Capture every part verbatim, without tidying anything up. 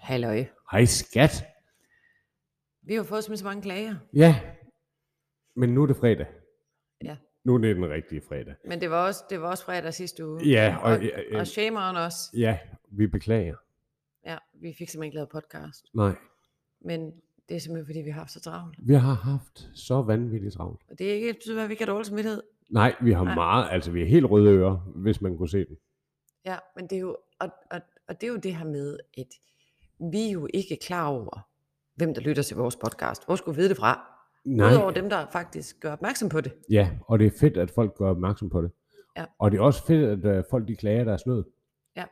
Halløj. Hej skat. Vi har fået så mange klager. Ja, men nu er det fredag. Ja. Nu er det den rigtige fredag. Men det var også, det var også fredag sidste uge. Ja, og, og, og, og shame on os. Ja, vi beklager. Ja, vi fik simpelthen ikke lavet podcast. Nej. Men det er simpelthen, fordi vi har haft så travlt. Vi har haft så vanvittigt travlt. Og det er ikke, betyder, at vi ikke har dårlig samvittighed. Nej, vi har Nej. meget, altså vi er helt røde ører, hvis man kunne se den. Ja, men det er jo, og, og, og det er jo det her med, at vi er jo ikke klar over, hvem der lytter til vores podcast. Hvor skulle vi vide det fra? Nej. Udover dem, der faktisk gør opmærksom på det. Ja, og det er fedt, at folk gør opmærksom på det. Ja. Og det er også fedt, at uh, folk de klager deres nød. Ja.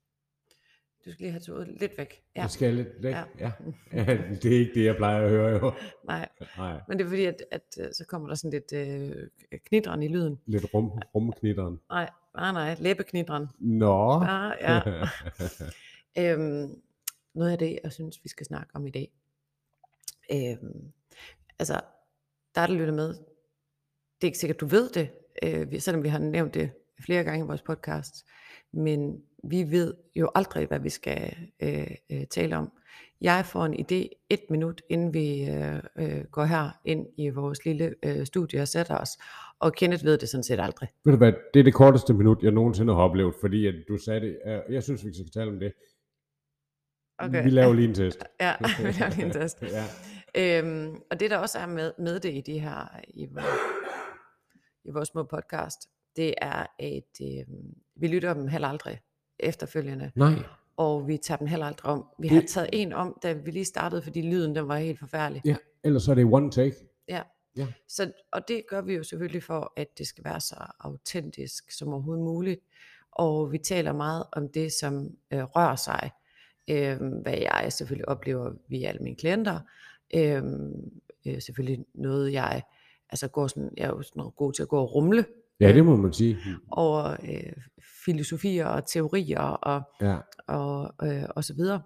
Du skal lige have toget lidt væk. Ja. Det skal jeg lidt væk. Ja. Ja. Ja. Det er ikke det, jeg plejer at høre jo. Nej. Nej. Men det er fordi, at, at så kommer der sådan lidt øh, knitren i lyden. Lidt rum, rumknitteren. Nej, nej, nej, læbeknitren. Nå. Bare, ja. øhm, noget af det, jeg synes, vi skal snakke om i dag. Øhm, altså, der er der lytter med. Det er ikke sikkert, du ved det, øh, selvom vi har nævnt det flere gange i vores podcast. Men vi ved jo aldrig, hvad vi skal øh, øh, tale om. Jeg får en idé et minut, inden vi øh, øh, går her ind i vores lille øh, studie og sætter os. Og Kenneth ved det sådan set aldrig. Ved du hvad, det er det korteste minut, jeg nogensinde har oplevet, fordi at du sagde det. Jeg synes, vi skal tale om det. Okay. Vi laver lige en test. Ja, vi laver lige en test. Ja. Øhm, og det der også er med, med det i de her i vores, i vores små podcast, det er at øh, vi lytter dem heller aldrig efterfølgende. Nej. Og vi tager dem heller aldrig om. Vi det... har taget en om, da vi lige startede, fordi lyden den var helt forfærdelig. Ja, ellers så er det one take. Ja. Ja. Så, og det gør vi jo selvfølgelig for, at det skal være så autentisk som overhovedet muligt. Og vi taler meget om det, som øh, rører sig. Øh, hvad jeg selvfølgelig oplever via alle mine klienter. Øh, øh, selvfølgelig noget jeg, altså går sådan, jeg er jo sådan god til at gå og rumle. Ja, det må man sige. Over øh, filosofier og teorier og, ja. og, øh, og så videre.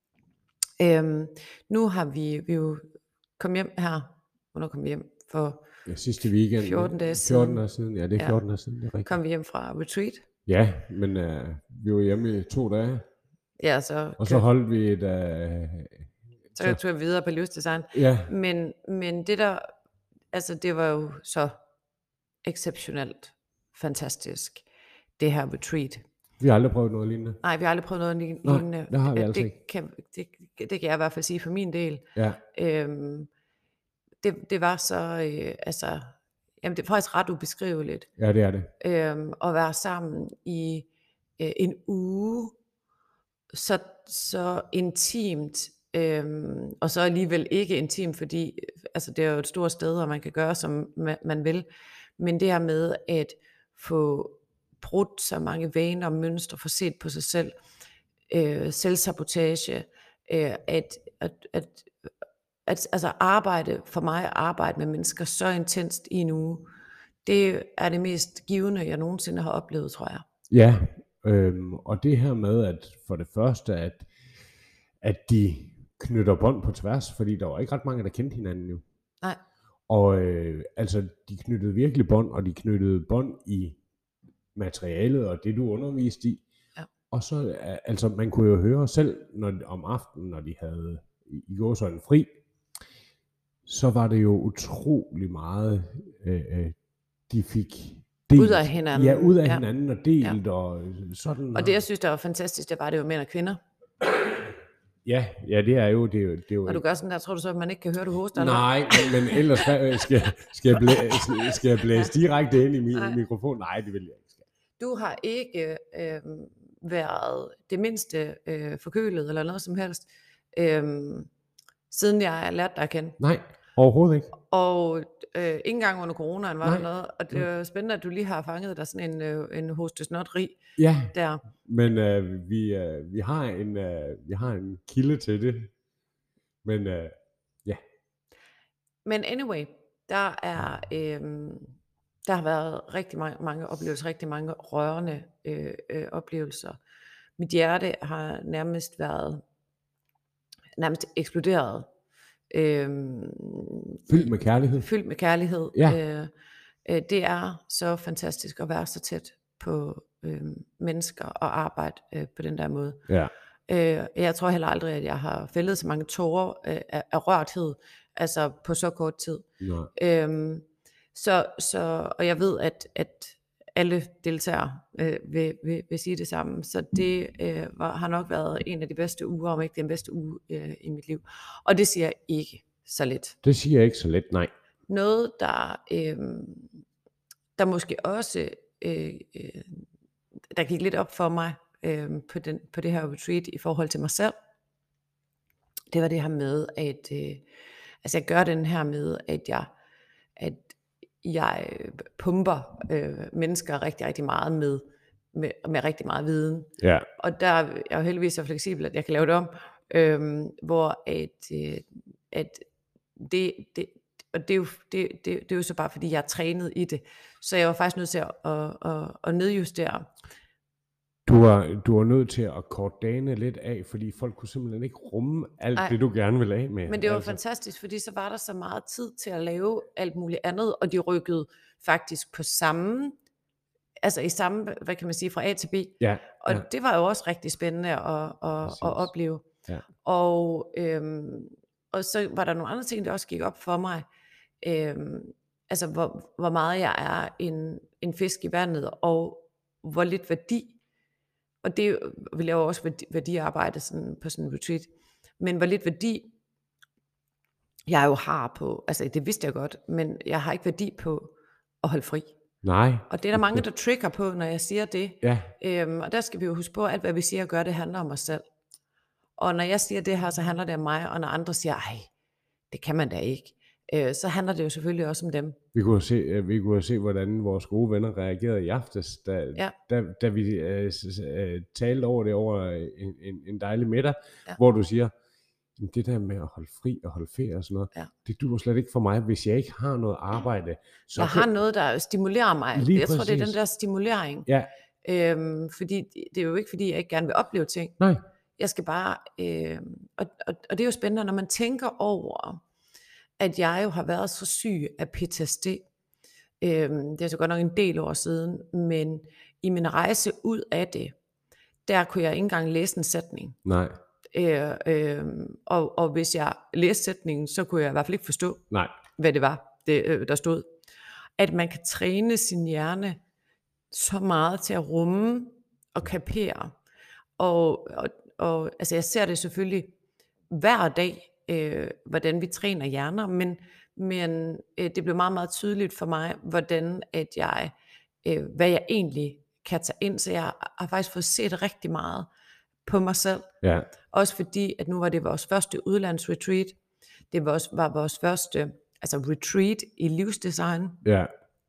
Øhm, nu har vi, vi jo kommet hjem her, hvornår kom vi hjem? For ja, sidste weekend. fjorten dage siden. fjorten dage siden, ja det er fjorten ja. dage siden, det er rigtigt. Kom vi hjem fra retreat. Ja, men uh, vi var hjemme i to dage. Ja, så og så holdt vi et... Uh, så jeg tog videre på livsdesign. Ja. Men, men det der, altså det var jo så exceptionelt fantastisk, det her retreat. Vi har aldrig prøvet noget lignende. Nej, vi har aldrig prøvet noget lignende. Nej, det har vi altså det ikke. Kan, det, det kan jeg i hvert fald sige for min del. Ja. Øhm, det, det var så, øh, altså, jamen det er faktisk ret ubeskriveligt. Ja, det er det. Øhm, at være sammen i øh, en uge, så, så intimt, øhm, og så alligevel ikke intimt, fordi altså, det er jo et stort sted, og man kan gøre, som man, man vil. Men det her med at få brudt så mange vaner og mønstre, få set på sig selv, øh, selvsabotage, øh, at, at, at, at altså arbejde, for mig at arbejde med mennesker så intenst i en uge, det er det mest givende, jeg nogensinde har oplevet, tror jeg. Ja, øhm, og det her med, at for det første, at, at de knytter bånd på tværs, fordi der var ikke ret mange, der kendte hinanden jo. Nej. Og øh, altså, de knyttede virkelig bånd, og de knyttede bånd i materialet, og det du underviste i. Ja. Og så, altså, man kunne jo høre selv, når, om aftenen, når de havde i, i går sådan fri, så var det jo utrolig meget, øh, de fik delt. Ud af hinanden. Ja, ud af ja. hinanden og delt, ja. og sådan. Og det, jeg synes, der var fantastisk, det var det jo mænd og kvinder. Ja, ja, det er jo det. Er jo, det er jo og du gør sådan der, tror du så, at man ikke kan høre, du hoster? Nej, men, men ellers skal, skal, jeg blæse, skal jeg blæse direkte ind i min Nej. mikrofon? Nej, det vil jeg ikke. Du har ikke øh, været det mindste øh, forkølet eller noget som helst, øh, siden jeg lærte dig at kende. Nej, overhovedet ikke. Og øh, ikke engang under coronaen var Nej. der noget, og det er jo spændende, at du lige har fanget dig sådan en, øh, en hostesnotri ja, der. Men øh, vi, øh, vi, har en, øh, vi har en kilde til det, men øh, ja. Men anyway, der er... Øh, Der har været rigtig mange, mange oplevelser, rigtig mange rørende øh, øh, oplevelser. Mit hjerte har nærmest været, nærmest eksploderet. Øh, fyldt med kærlighed. Fyldt med kærlighed. Ja. Øh, øh, det er så fantastisk at være så tæt på øh, mennesker og arbejde øh, på den der måde. Ja. Øh, jeg tror heller aldrig, at jeg har fældet så mange tårer øh, af, af rørthed, altså på så kort tid. Nej. Øhm, så, så, og jeg ved, at, at alle deltagere øh, vil, vil, vil sige det samme. Så det øh, var, har nok været en af de bedste uger, om ikke den bedste uge øh, i mit liv. Og det siger jeg ikke så let. Det siger jeg ikke så let, nej. Noget, der, øh, der måske også øh, øh, der gik lidt op for mig øh, på, den, på det her retreat i forhold til mig selv, det var det her med, at øh, altså jeg gør den her med, at jeg, at jeg pumper øh, mennesker rigtig, rigtig meget med, med, med rigtig meget viden. Ja. Og der er jeg jo heldigvis så fleksibel, at jeg kan lave det om, øh, hvor at, øh, at det, det, og det er, jo, det, det, det er jo så bare fordi, jeg er trænet i det. Så jeg var faktisk nødt til at, at, at, at nedjustere. Du var, du var nødt til at korte dagene lidt af, fordi folk kunne simpelthen ikke rumme alt Ej, det, du gerne ville af med. Men det var altså. fantastisk, fordi så var der så meget tid til at lave alt muligt andet, og de rykkede faktisk på samme, altså i samme, hvad kan man sige, fra A til B. Ja, og ja. det var jo også rigtig spændende at, at, at opleve. Ja. Og, øhm, og så var der nogle andre ting, der også gik op for mig. Øhm, altså hvor, hvor meget jeg er en, en fisk i vandet, og hvor lidt værdi. Og det vi laver også værdi, værdiarbejde sådan, på sådan en retreat. Men hvor lidt værdi jeg jo har på, altså det vidste jeg godt, men jeg har ikke værdi på at holde fri. Nej. Og det er der mange, der trigger på, når jeg siger det. Ja. Øhm, og der skal vi jo huske på, at alt hvad vi siger og gør, det handler om os selv. Og når jeg siger det her, så handler det om mig, og når andre siger, ej, det kan man da ikke, øh, så handler det jo selvfølgelig også om dem. Vi kunne se, vi kunne se, hvordan vores gode venner reagerede i aftes, da, ja. da, da vi øh, øh, talte over det over en, en, en dejlig middag, ja. hvor du siger, det der med at holde fri og holde ferie og sådan noget, ja. det duer slet ikke for mig, hvis jeg ikke har noget arbejde. Så jeg har kan... noget, der stimulerer mig. Lige jeg præcis. tror, det er den der stimulering. Ja. Øhm, fordi det er jo ikke, fordi jeg ikke gerne vil opleve ting. Nej. Jeg skal bare, øh, og, og, og det er jo spændende, når man tænker over, at jeg jo har været så syg af P T S D. Øh, det er så godt nok en del år siden, men i min rejse ud af det, der kunne jeg ikke engang læse en sætning. Nej. Øh, øh, og, og hvis jeg læste sætningen, så kunne jeg i hvert fald ikke forstå, Nej. hvad det var, det, øh, der stod. At man kan træne sin hjerne så meget til at rumme og kapere. Og, og, og altså jeg ser det selvfølgelig hver dag, øh, hvordan vi træner hjerner, men, men øh, det blev meget, meget tydeligt for mig, hvordan at jeg, øh, hvad jeg egentlig kan tage ind. Så jeg har faktisk fået set rigtig meget på mig selv. Ja. Også fordi, at nu var det vores første udlandsretreat. Det var, også, var vores første altså retreat i livsdesign. Ja.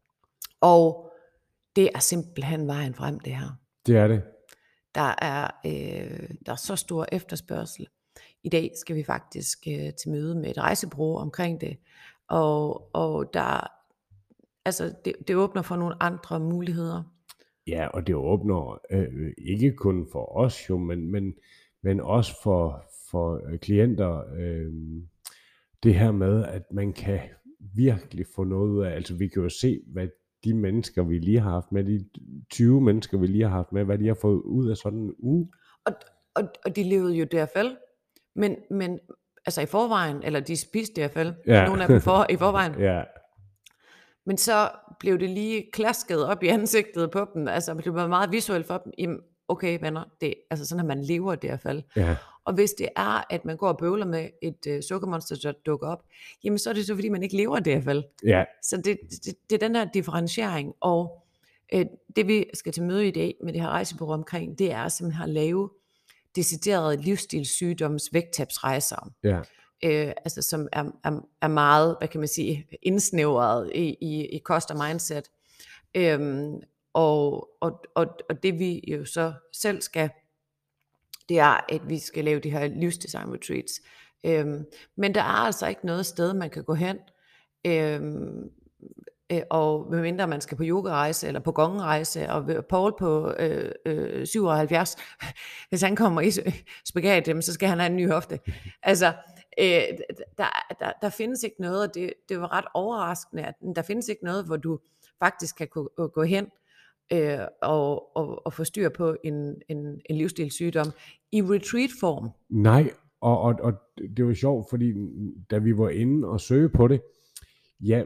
Og det er simpelthen vejen frem, det her. Det er det. Der er, øh, der er så stor efterspørgsel. I dag skal vi faktisk øh, til møde med et rejsebureau omkring det. Og, og der, altså det, det åbner for nogle andre muligheder. Ja, og det åbner øh, ikke kun for os jo, men, men, men også for, for klienter. Øh, det her med, at man kan virkelig få noget ud af, altså vi kan jo se, hvad de mennesker, vi lige har haft med, de tyve mennesker, vi lige har haft med, hvad de har fået ud af sådan en uge. Og, og, og de levede jo D F L, men, men altså i forvejen, eller de spiste D F L, ja. nogle af dem for, i forvejen. Ja. Men så blev det lige klasket op i ansigtet på dem, altså det var meget visuelt for dem. Jamen, okay venner, det altså sådan, at man lever D F L. Ja. Og hvis det er, at man går og bøvler med et uh, sukkermonster, der dukker op, jamen så er det så, fordi man ikke lever D F L. Ja. Så det, det, det er den her differentiering, og øh, det vi skal til møde i dag med det her rejsebureau omkring, det er simpelthen at lave deciderede livsstilssygdoms vægttabsrejser. Ja. Øh, altså som er, er, er meget, hvad kan man sige, indsnævret i, i, i kost og mindset. Øhm, og, og, og, og det vi jo så selv skal, det er, at vi skal lave de her livsdesign retreats. Øhm, men der er altså ikke noget sted, man kan gå hen, øhm, øh, og medmindre man skal på yogarejse, eller på gongerejse, og Paul på øh, øh, syvoghalvfjerds, hvis han kommer i spaghetti, så skal han have en ny hofte. Altså, øh, der, der, der findes ikke noget, og det, det var ret overraskende, at der findes ikke noget, hvor du faktisk kan gå, gå hen, øh, og, og, og få styr på en, en, en livsstilssygdom i retreat-form. Nej, og, og, og det var sjovt, fordi da vi var inde og søge på det, ja,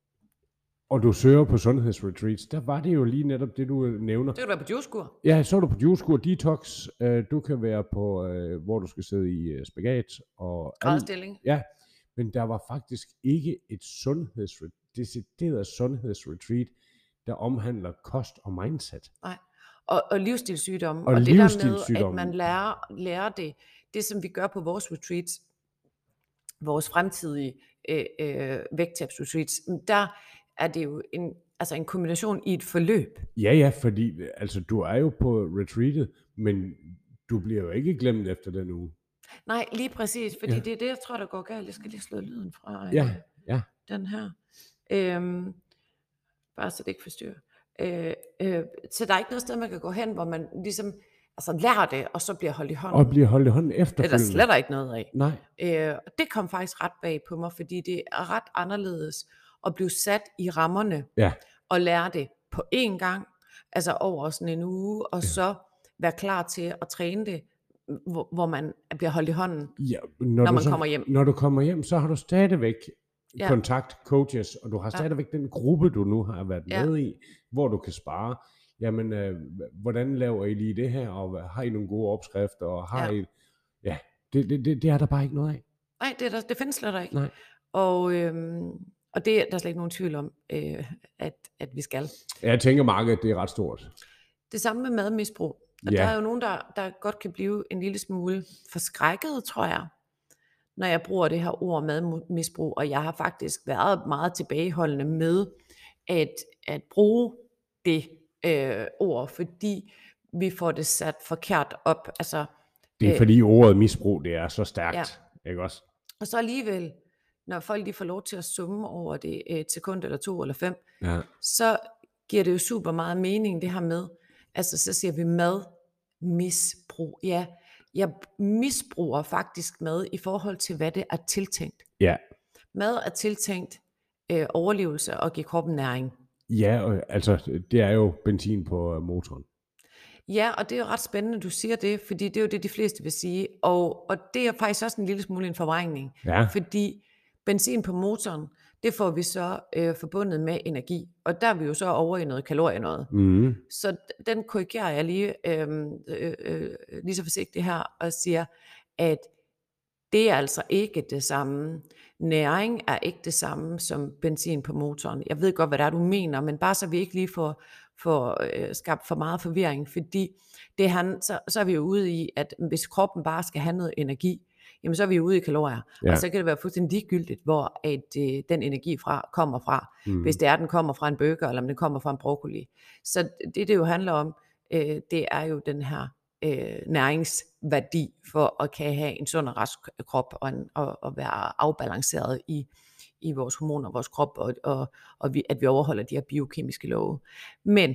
og du søger på sundhedsretreats, der var det jo lige netop det, du nævner. Det kan du være på juicekur. Ja, så er du på juicekur, detox, øh, du kan være på, øh, hvor du skal sidde i øh, spagat. Og Gradstilling. Ja, men der var faktisk ikke et sundhedsretreat, decideret sundhedsretreat, der omhandler kost og mindset. Nej, og, og livsstilssygdomme. Og, og det livsstilssygdomme. der med, at man lærer, lærer det, det som vi gør på vores retreats, vores fremtidige øh, øh, vægttabsretreats, der er det jo en, altså en kombination i et forløb. Ja, ja, fordi altså, du er jo på retreatet, men du bliver jo ikke glemt efter den uge. Nej, lige præcis, fordi Ja. det er det, jeg tror, der går galt. Jeg skal lige slå lyden fra øh, Ja, ja. den her. Øhm, bare så det ikke forstyrrer. Øh, øh, så der er ikke noget sted, man kan gå hen, hvor man ligesom altså, lærer det, og så bliver holdt i hånden. Og bliver holdt i hånden Det er der efterfølgende. slet ikke noget af. Nej. Øh, og det kom faktisk ret bag på mig, fordi det er ret anderledes at blive sat i rammerne Ja. og lære det på én gang, altså over sådan en uge, og ja. så være klar til at træne det, hvor, hvor man bliver holdt i hånden, Ja, når, når du man så, kommer hjem. Når du kommer hjem, så har du stadigvæk Ja. kontakt, coaches, og du har Ja. stadigvæk den gruppe, du nu har været Ja. med i, hvor du kan spare. Jamen, øh, hvordan laver I lige det her, og har I nogle gode opskrifter, og har Ja. I... Ja, det, det, det, det er der bare ikke noget af. Nej, det, er der, det findes slet ikke. Nej. Og, øhm, og det er der slet ikke nogen tvivl om, øh, at, at vi skal. Jeg tænker, markedet det er ret stort. Det samme med madmisbrug. Og Ja. der er jo nogen, der, der godt kan blive en lille smule forskrækket, tror jeg, når jeg bruger det her ord madmisbrug. Og jeg har faktisk været meget tilbageholdende med at, at bruge det øh, ord, fordi vi får det sat forkert op. Altså, Det er øh, fordi ordet misbrug, det er så stærkt. Ja. Ikke også? Og så alligevel, når folk de får lov til at summe over det et sekund eller to eller fem, Ja. så giver det jo super meget mening det her med, altså så siger vi mad, misbrug. Ja, jeg misbruger faktisk mad i forhold til, hvad det er tiltænkt. Ja. Mad er tiltænkt øh, overlevelse og give kroppen næring. Ja, og, altså, det er jo benzin på uh, motoren. Ja, og det er jo ret spændende, du siger det, fordi det er jo det, de fleste vil sige. Og, og det er faktisk også en lille smule en forvrængning. Ja. Fordi benzin på motoren, det får vi så øh, forbundet med energi. Og der er vi jo så over i noget kalorie noget. Mm. Så den korrigerer jeg lige, øh, øh, øh, lige så forsigtigt her, og siger, at det er altså ikke det samme. Næring er ikke det samme som benzin på motoren. Jeg ved godt, hvad det er, du mener, men bare så vi ikke lige får, får øh, skabt for meget forvirring, fordi det han, så, så er vi jo ude i, at hvis kroppen bare skal have noget energi, jamen så er vi jo ude i kalorier. Ja. Og så kan det være fuldstændig ligegyldigt, hvor at, øh, den energi fra, kommer fra. Mm. Hvis det er, den kommer fra en burger, eller om den kommer fra en broccoli. Så det, det jo handler om, øh, det er jo den her øh, næringsværdi for at kan have en sund og rask krop, og, en, og, og være afbalanceret i, i vores hormoner, vores krop, og, og, og vi, at vi overholder de her biokemiske love. Men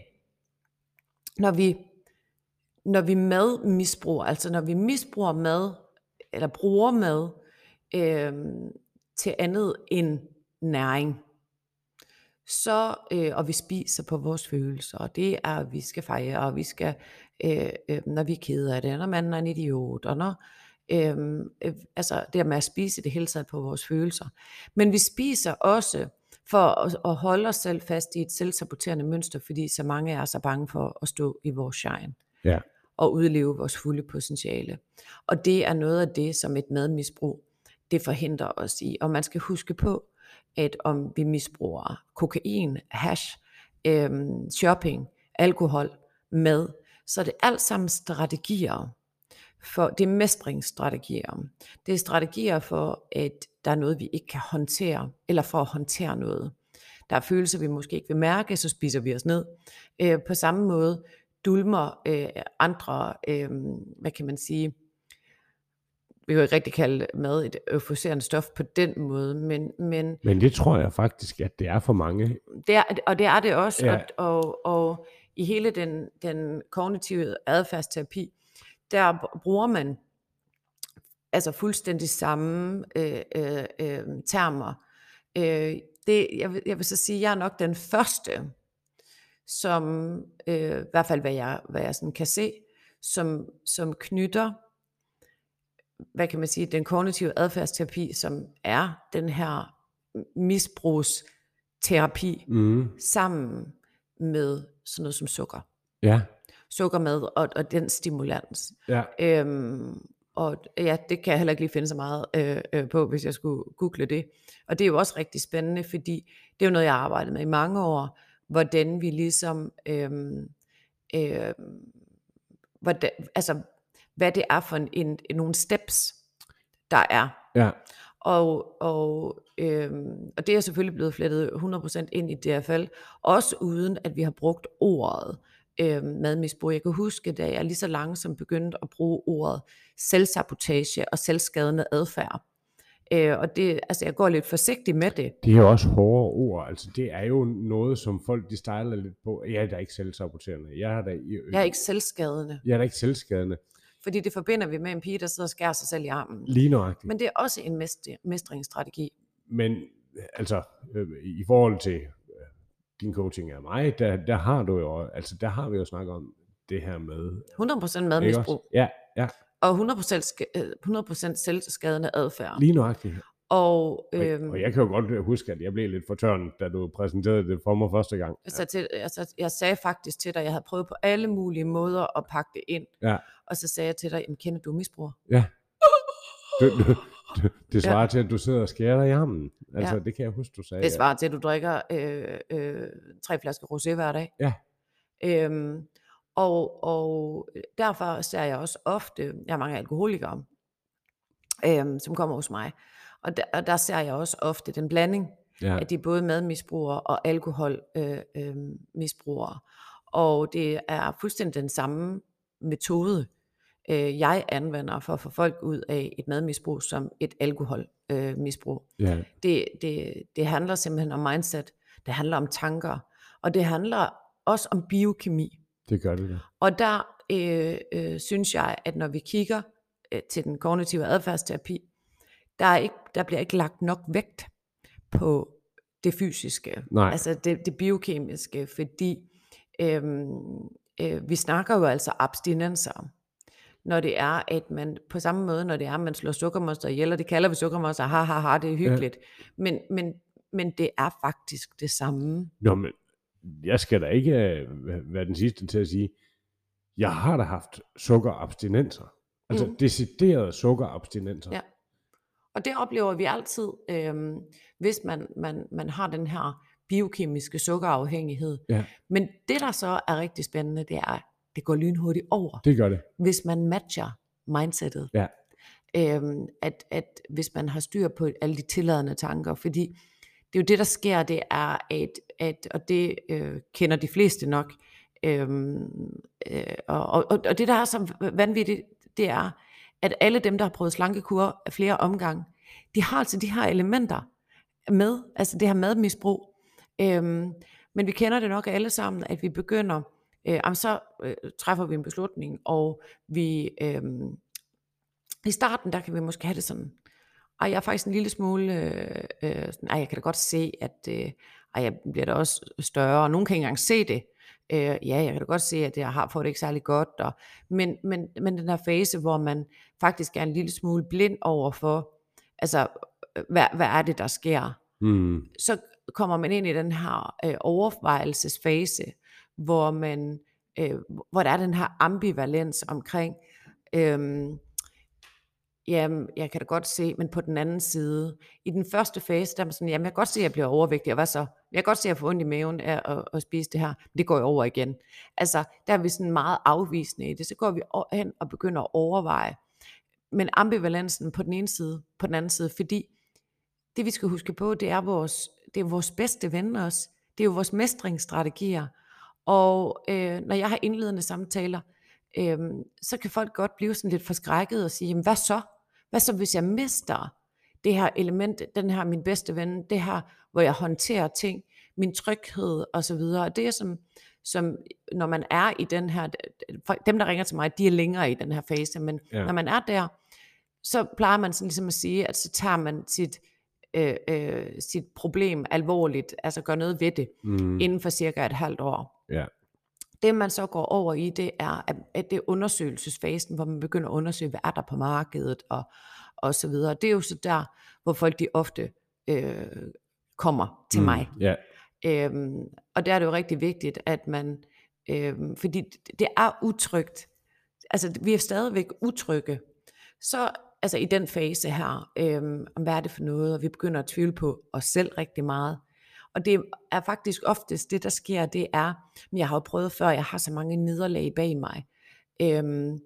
når vi, når vi mad misbruger, altså når vi misbruger mad, eller bruger mad øh, til andet end næring, så, øh, og vi spiser på vores følelser, og det er, at vi skal fejre, og vi skal, øh, øh, når vi er kede af det, når man er en idiot, og når, øh, øh, altså det med at spise det hele taget på vores følelser. Men vi spiser også for at, at holde os selv fast i et selvsaboterende mønster, fordi så mange er så bange for at stå i vores shine. Ja. Og udleve vores fulde potentiale. Og det er noget af det, som et madmisbrug, det forhindrer os i. Og man skal huske på, at om vi misbruger kokain, hash, øhm, shopping, alkohol, mad, så er det alt sammen strategier. For det er mestringsstrategier. Det er strategier for, at der er noget, vi ikke kan håndtere, eller for at håndtere noget. Der er følelser, vi måske ikke vil mærke, så spiser vi os ned. Øh, på samme måde dulmer øh, andre, øh, hvad kan man sige, vi kan jo ikke rigtig kalde mad et euforiserende stof på den måde, men, men, Men det tror jeg faktisk, at det er for mange. det er, og det er det også, Ja. og, og, og i hele den, den kognitive adfærdsterapi, der bruger man altså fuldstændig samme øh, øh, øh, termer. Øh, det, jeg, vil, jeg vil så sige, at jeg er nok den første, som, øh, i hvert fald hvad jeg, hvad jeg sådan kan se, som, som knytter, hvad kan man sige, den kognitive adfærdsterapi, som er den her misbrugsterapi, Mm. sammen med sådan noget som sukker. Ja. Sukkermad og, og den stimulans. Ja. Øhm, og ja, det kan jeg heller ikke lige finde så meget øh, øh, på, hvis jeg skulle google det. Og det er jo også rigtig spændende, fordi det er jo noget, jeg har arbejdet med i mange år, hvordan vi ligesom, øh, øh, hvordan, altså, hvad det er for en, en, nogle steps, der er. Ja. Og, og, øhm, og det er selvfølgelig blevet flettet hundrede procent ind i D F L, også uden at vi har brugt ordet øhm, madmisbrug. Jeg kan huske, da jeg lige så langsomt begyndte at bruge ordet selvsabotage og selvskadende adfærd. Øh, og det, altså jeg går lidt forsigtigt med det. Det er jo også hårde ord. Altså det er jo noget, som folk de stejler lidt på. Jeg er da ikke selvsaboterende. Jeg er da, øh, jeg er ikke selvskadende. Jeg er da ikke selvskadende. Fordi det forbinder vi med en pige, der sidder og skærer sig selv i armen. Lige nøjagtigt. Men det er også en mestringsstrategi. Men altså, øh, i forhold til øh, din coaching af mig, der, der har du jo, altså der har vi jo snakket om det her med hundrede procent madmisbrug. Ja, ja. Og hundrede procent, hundrede procent selvskadende adfærd. Lige nøjagtigt. Og, øhm, og, og jeg kan jo godt huske, at jeg blev lidt fortørnet, da du præsenterede det for mig første gang. Altså til, altså, jeg sagde faktisk til dig, at jeg havde prøvet på alle mulige måder at pakke det ind. Ja. Og så sagde jeg til dig, jamen kender du misbruger? Ja. Du, du, du, det svarer ja. til, at du sidder og skærer dig i armen. Altså, ja. Det kan jeg huske, du sagde. Det svarer til, at du drikker øh, øh, tre flasker rosé hver dag. Ja. Øhm, og, og derfor ser jeg også ofte, jeg har mange alkoholikere, øhm, som kommer hos mig. Og der, og der ser jeg også ofte den blanding, ja. At de er både madmisbrugere og alkoholmisbrugere. Øh, øh, og det er fuldstændig den samme metode, øh, jeg anvender for at få folk ud af et madmisbrug som et alkoholmisbrug. Øh, ja. det, det, det handler simpelthen om mindset, det handler om tanker, og det handler også om biokemi. Det gør det da. Og der øh, øh, synes jeg, at når vi kigger øh, til den kognitive adfærdsterapi, der, er ikke, der bliver ikke lagt nok vægt på det fysiske, Nej. altså det, det biokemiske, fordi øhm, øh, vi snakker jo altså abstinenser, når det er, at man på samme måde, når det er, at man slår sukkermonster ihjel, og det kalder vi sukkermonster, ha, ha, ha, det er hyggeligt, ja. men, men, men det er faktisk det samme. Nå, men jeg skal da ikke være den sidste til at sige, jeg har da haft sukkerabstinenser, altså mm. deciderede sukkerabstinenser. Ja. Og det oplever vi altid, øh, hvis man, man, man har den her biokemiske sukkerafhængighed. Ja. Men det, der så er rigtig spændende, det er, at det går lynhurtigt over. Det gør det. Hvis man matcher mindsetet. Ja. Øhm, at, at hvis man har styr på alle de tilladende tanker. Fordi det er jo det, der sker, det er, at, at og det øh, kender de fleste nok. Øhm, øh, og, og, og det, der er så vanvittigt, det er, at alle dem, der har prøvet slankekur af flere omgange, de har altså de her elementer med, altså det her madmisbrug. Øhm, men vi kender det nok alle sammen, at vi begynder, øh, så øh, træffer vi en beslutning, og vi, øh, i starten, der kan vi måske have det sådan, ej, jeg er faktisk en lille smule, øh, øh, sådan, ej, jeg kan da godt se, at øh, ej, jeg bliver da også større, og nogen kan ikke engang se det. Øh, ja, jeg kan da godt se, at jeg har fået det ikke særlig godt, og, men, men, men den her fase, hvor man faktisk er en lille smule blind over for, altså, hvad, hvad er det, der sker? Mm. Så kommer man ind i den her øh, overvejelsesfase, hvor man, øh, hvor der er den her ambivalens omkring, øh, jamen, jeg kan da godt se, men på den anden side, i den første fase, der er man sådan, jamen, jeg kan godt se, at jeg bliver overvægtig, og hvad så? Jeg kan godt se, at jeg får ondt i maven af at, at spise det her, men det går jo over igen. Altså, der er vi sådan meget afvisende i det, så går vi hen og begynder at overveje, men ambivalensen på den ene side, på den anden side, fordi det vi skal huske på, det er vores, det er vores bedste ven også, det er jo vores mestringsstrategier, og øh, når jeg har indledende samtaler, Øhm, så kan folk godt blive sådan lidt forskrækket og sige, jamen hvad så? Hvad så hvis jeg mister det her element, den her min bedste ven, det her, hvor jeg håndterer ting, min tryghed og så videre. Og det er som, som, når man er i den her, dem der ringer til mig, de er længere i den her fase, men ja. Når man er der, så plejer man sådan ligesom at sige, at så tager man sit, øh, øh, sit problem alvorligt, altså gør noget ved det, mm. inden for cirka et halvt år. Ja. Det man så går over i, det er, at, at det er undersøgelsesfasen, hvor man begynder at undersøge, hvad er der på markedet, og, og så videre. Det er jo så der, hvor folk de ofte øh, kommer til Mm, mig. ja. Øhm, og der er det jo rigtig vigtigt, at man, øhm, fordi det, det er utrygt, altså vi er stadigvæk utrygge, så altså i den fase her, øhm, om hvad er det for noget, og vi begynder at tvivle på os selv rigtig meget. Og det er faktisk oftest det, der sker, det er, men jeg har jo prøvet før, jeg har så mange nederlag bag mig. Øhm,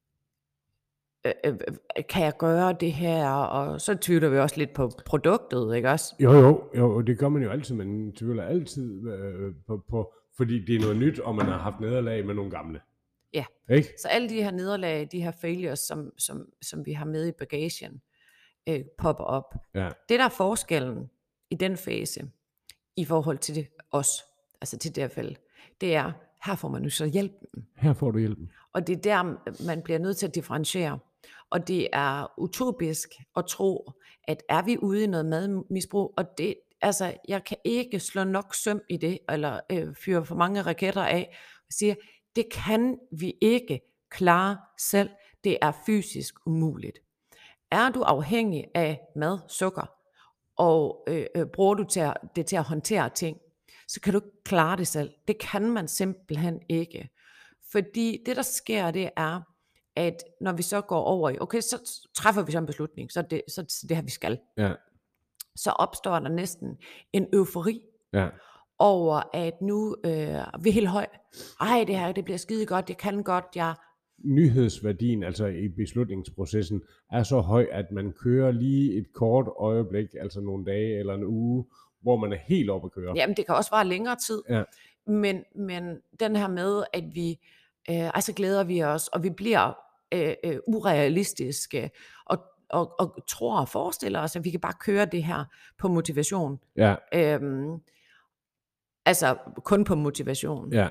øh, øh, kan jeg gøre det her? Og så tvivler vi også lidt på produktet, ikke også? Jo, jo, jo, det gør man jo altid, man tvivler altid øh, på, på, fordi det er noget nyt, og man har haft nederlag med nogle gamle. Ja, Ikke? så alle de her nederlag, de her failures, som, som, som vi har med i bagagen, øh, popper op. Ja. Det der er forskellen i den fase, i forhold til det os, altså til det her fald, det er, her får man jo så hjælpen. Her får du hjælpen. Og det er der, man bliver nødt til at differentiere. Og det er utopisk at tro, at er vi ude i noget madmisbrug, og det, altså, jeg kan ikke slå nok søm i det, eller øh, fyre for mange raketter af, og sige, det kan vi ikke klare selv. Det er fysisk umuligt. Er du afhængig af mad, sukker, og øh, øh, bruger du til at, det til at håndtere ting, så kan du ikke klare det selv. Det kan man simpelthen ikke. Fordi det, der sker, det er, at når vi så går over i, okay, så træffer vi så en beslutning, så det, så, så det her, vi skal. Ja. Så opstår der næsten en eufori Ja. over, at nu øh, vi er helt høj. Ej, det her, det bliver skide godt, jeg kan godt, jeg... Nyhedsværdien, altså i beslutningsprocessen, er så høj, at man kører lige et kort øjeblik, altså nogle dage eller en uge, hvor man er helt oppe at køre. Jamen, det kan også vare længere tid. Ja. Men, men den her med, at vi, øh, altså glæder vi os, og vi bliver øh, øh, urealistiske, og, og, og tror og forestiller os, at vi kan bare køre det her på motivation. Ja. Øhm, altså kun på motivation. Ja.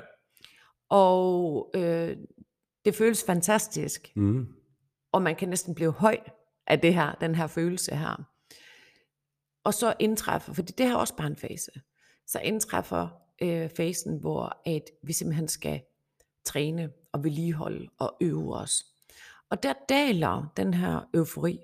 Og øh, det føles fantastisk, Mm. og man kan næsten blive høj af det her, den her følelse her. Og så indtræffer, fordi det her er også bare en fase, så indtræffer øh, fasen, hvor at vi simpelthen skal træne og vedligeholde og øve os. Og der daler den her eufori.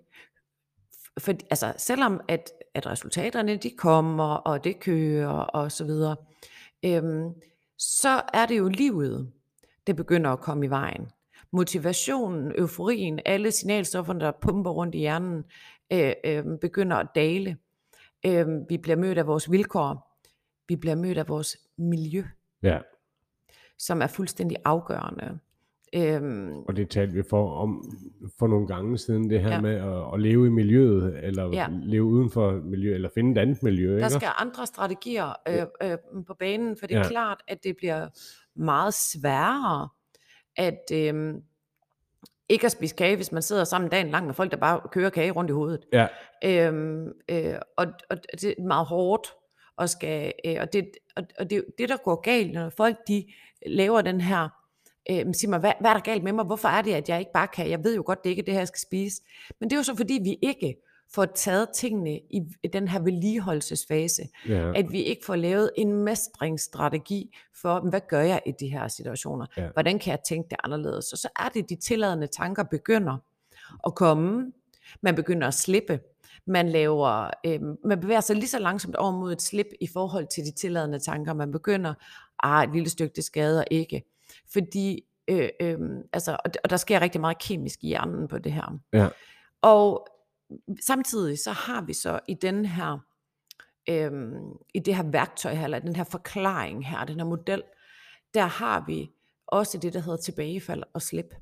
For, altså selvom at, at resultaterne de kommer, og det kører og så videre, øhm, så er det jo livet, det begynder at komme i vejen. Motivationen, euforien, alle signalstofferne, der pumper rundt i hjernen, øh, øh, begynder at dale. Øh, vi bliver mødt af vores vilkår. Vi bliver mødt af vores miljø, Ja. som er fuldstændig afgørende. Øhm, Og det talte vi for om for nogle gange siden, det her Ja. med at, at leve i miljøet, eller Ja. leve uden for miljøet, eller finde et andet miljø. Der Ikke? skal andre strategier øh, øh, på banen, for det er Ja. klart, at det bliver meget sværere at øh, ikke at spise kage, hvis man sidder sammen dagen lang med folk, der bare kører kage rundt i hovedet. Ja. Øhm, øh, og, og det er meget hårdt, og, skal, øh, og, det, og, og det, det der går galt, når folk de laver den her, øh, siger mig, hvad, hvad er der galt med mig, hvorfor er det, at jeg ikke bare kan, jeg ved jo godt, det ikke er det her, jeg skal spise, men det er jo så fordi, vi ikke får taget tingene i, i den her vedligeholdelsesfase, Ja. at vi ikke får lavet en mestringsstrategi for, hvad gør jeg i de her situationer, Ja. hvordan kan jeg tænke det anderledes, og så er det, de tilladende tanker begynder at komme, man begynder at slippe, man laver, øh, man bevæger sig lige så langsomt over mod et slip i forhold til de tilladende tanker, man begynder, ah, et lille stykke, det skader ikke, fordi, øh, øh, altså, og, og der sker rigtig meget kemisk i hjernen på det her, Ja. og samtidig så har vi så i den her, øh, i det her værktøj her, eller den her forklaring her, den her model, der har vi også det, der hedder tilbagefald og slip,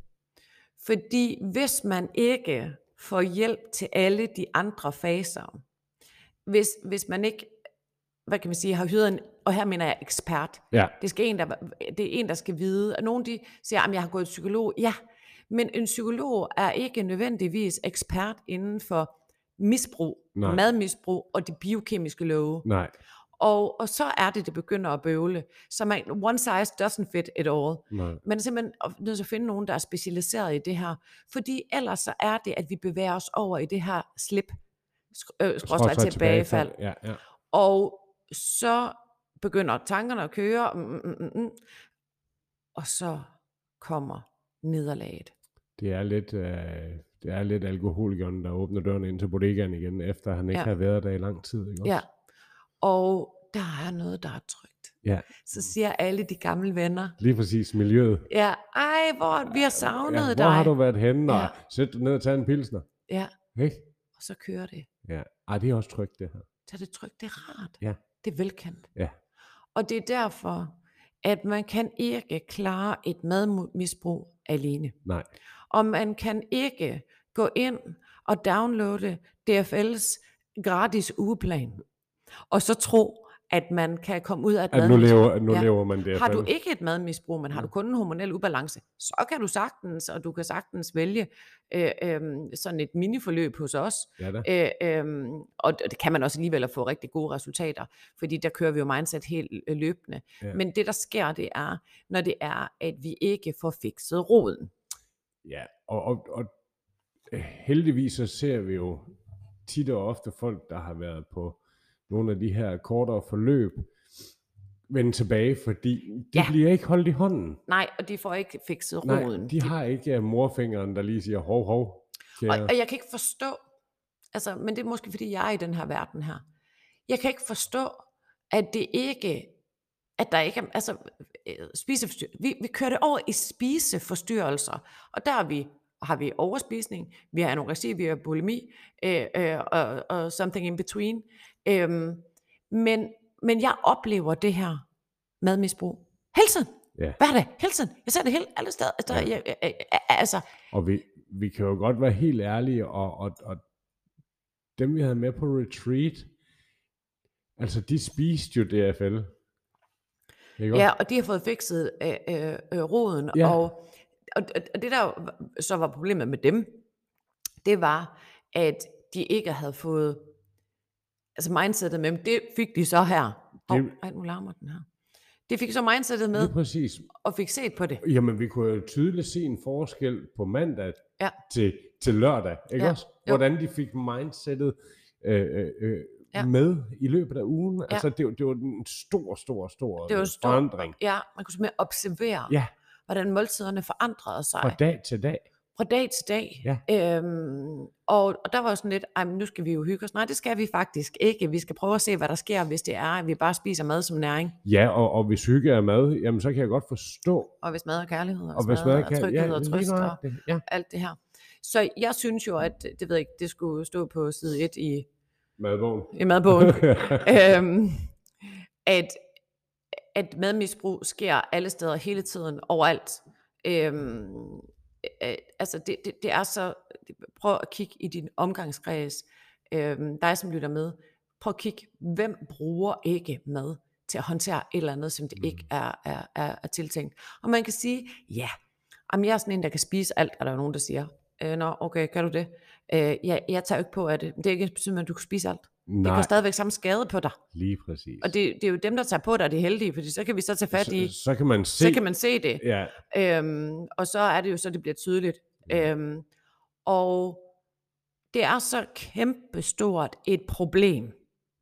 fordi hvis man ikke får hjælp til alle de andre faser, hvis, hvis man ikke, hvad kan man sige, har hyret en, og her mener jeg ekspert, Ja. det, skal en, der, det er en, der skal vide, og nogen de siger, at jeg har gået til psykolog, ja, men en psykolog er ikke nødvendigvis ekspert inden for misbrug, Nej. madmisbrug og de biokemiske love. Nej. Og, og så er det, det begynder at bøvle. Så man, one size doesn't fit it all. Nej. Man er simpelthen nødt til at finde nogen, der er specialiseret i det her. Fordi ellers så er det, at vi bevæger os over i det her slip, sk- øh, skråstreg Skråstreg tilbagefald. Ja, ja. Og så begynder tankerne at køre, mm, mm, mm, mm, og så kommer nederlaget. Det er lidt, øh, det er lidt alkoholikeren, der åbner døren ind til bodegaen igen, efter han ikke Ja. har været der i lang tid. Ikke også? Ja, og der er noget, der er trygt. Ja, Så siger alle de gamle venner, lige præcis miljøet. ja, ej, hvor vi har savnet Ja, hvor dig. har du været henne? Ja. Og sæt dig ned og tage en pilsner. Ja, Ikke? og så kører det. Ja. Ej, det er også trygt, det her. Så er det trygt, det er rart. Ja. Det er velkendt. Ja. Og det er derfor, at man kan ikke klare et madmisbrug alene. Nej. Og man kan ikke gå ind og downloade D F L's gratis ugeplan, og så tro, at man kan komme ud af et At nu madmisbrug. lever, nu Ja. lever man det. Har du ikke et madmisbrug, men har du kun en hormonel ubalance, så kan du sagtens, og du kan sagtens vælge øh, øh, sådan et miniforløb hos os. Ja da. Øh, øh, og det kan man også alligevel få rigtig gode resultater, fordi der kører vi jo mindset helt øh, løbende. Ja. Men det, der sker, det er, når det er, at vi ikke får fikset roden. Ja, og, og, og heldigvis så ser vi jo tit og ofte folk, der har været på nogle af de her kortere forløb, vende tilbage, fordi de Ja. bliver ikke holdt i hånden. Nej, og de får ikke fikset Nej, roden. de har ikke uh, morfingeren, der lige siger, hov, hov, Og, kære. og jeg kan ikke forstå, altså, men det er måske fordi jeg er i den her verden her. Jeg kan ikke forstå, at det ikke, at der ikke er, altså, øh, spiseforstyrrelser. Vi, vi kører det over i spiseforstyrrelser, og der har vi, har vi overspisning, vi har anoreksi, vi har bulimi, øh, øh, og, og something in between. Øhm, men, men jeg oplever det her madmisbrug hele tiden. Ja. Hvad er det? Hele tiden. Jeg ser det hele alle steder. Altså, Ja. jeg, jeg, jeg, altså Og vi, vi kan jo godt være helt ærlige, og, og, og dem vi havde med på retreat, altså de spiste jo D F L. Ikke ja, også? og de har fået fikset øh, øh, øh, roden, Ja. og, og, og det der jo så var problemet med dem, det var, at de ikke havde fået, altså mindsetet med dem, det fik de så her. Åh, Det- oh, ej, nu larmer den her. De fik så mindsetet med, Lige præcis. og fik set på det. Jamen, vi kunne jo tydeligt se en forskel på mandag Ja. til, til lørdag, ikke Ja, også? jo. Hvordan de fik mindsetet øh, øh, øh, Ja. med i løbet af ugen. Ja. Altså, det, var- det var en stor, stor, stor Det var øh, stor, forandring. ja, man kunne simpelthen observere, Ja, hvordan måltiderne forandrede sig. fra dag til dag. Fra dag til dag. Ja. Øhm, og, og der var jo sådan lidt, ej, men nu skal vi jo hygge os. Nej, det skal vi faktisk ikke. Vi skal prøve at se, hvad der sker, hvis det er, at vi bare spiser mad som næring. Ja, og, og hvis hygge er mad, jamen så kan jeg godt forstå. Og hvis mad er kærlighed, og, Og hvis mad man er kan, tryghed ja, og lige trøst og nøjagtigt. Ja, alt det her. Så jeg synes jo, at det ved jeg ikke, det skulle stå på side et i, madbogen. i madbogen, øhm, at, at madmisbrug sker alle steder, hele tiden, overalt. Øhm, øh, altså det, det, det er så, prøv at kigge i din omgangskreds, øhm, dig som lytter med, prøv at kigge, hvem bruger ikke mad til at håndtere et eller andet, som det Mm. ikke er, er, er, er tiltænkt. Og man kan sige, ja, jamen jeg er sådan en, der kan spise alt, er der jo nogen, der siger. Øh, Nå, okay, kan du det? Øh, jeg, jeg tager jo ikke på, at det, det er ikke betyder, at du kan spise alt. Det Nej, går stadigvæk samme skade på dig. lige præcis. Og det, det er jo dem, der tager på dig, det er heldige, fordi så kan vi så tage fat i, så, så kan man se. så kan man se det. Ja, Øhm, og så er det jo så, det bliver tydeligt. Øhm, og det er så kæmpestort et problem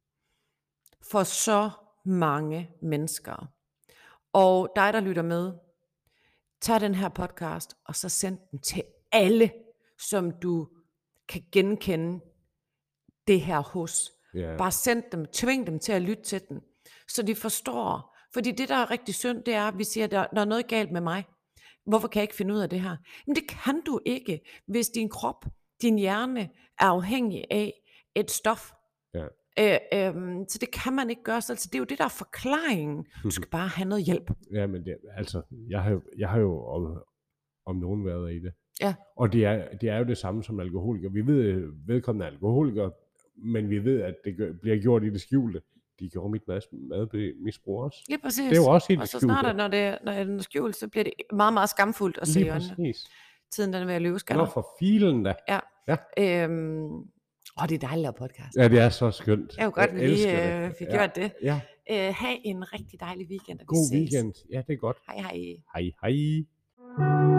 for så mange mennesker. Og dig, der lytter med, tag den her podcast, og så send den til alle, som du kan genkende det her hos. ja. Bare send dem, tving dem til at lytte til den, så de forstår. Fordi det, der er rigtig synd, det er, at vi siger, at der, der er noget galt med mig. Hvorfor kan jeg ikke finde ud af det her? Men det kan du ikke, hvis din krop, din hjerne er afhængig af et stof. Ja. Øh, øhm, så det kan man ikke gøre selv. Så det er jo det, der er forklaringen. Du skal bare have noget hjælp. Ja, men det, altså, jeg har, jo- jeg har jo om, om nogen været i det. Ja. Og det er, det er jo det samme som alkoholiker. Vi ved, at vedkommende er alkoholiker, men vi ved, at det gør, bliver gjort i det skjulte. De gjorde mit mad, madmisbrug også. Lige præcis. Det er jo også helt Og så skjult. snart, at når det, når det er skjult, så bliver det meget, meget skamfuldt at se i Lige øjnene. præcis. Tiden den er ved at løbe Nå, skaller. for filen da. Ja. Ja. Øhm, åh, det er dejligt at lave podcast. Ja, det er så skønt. Jeg er jo godt, vi elsker lige øh, det. fik Ja. gjort det. Ja, Øh, ha' en rigtig dejlig weekend, og vi god ses. weekend. Ja, det er godt. Hej hej. Hej, hej.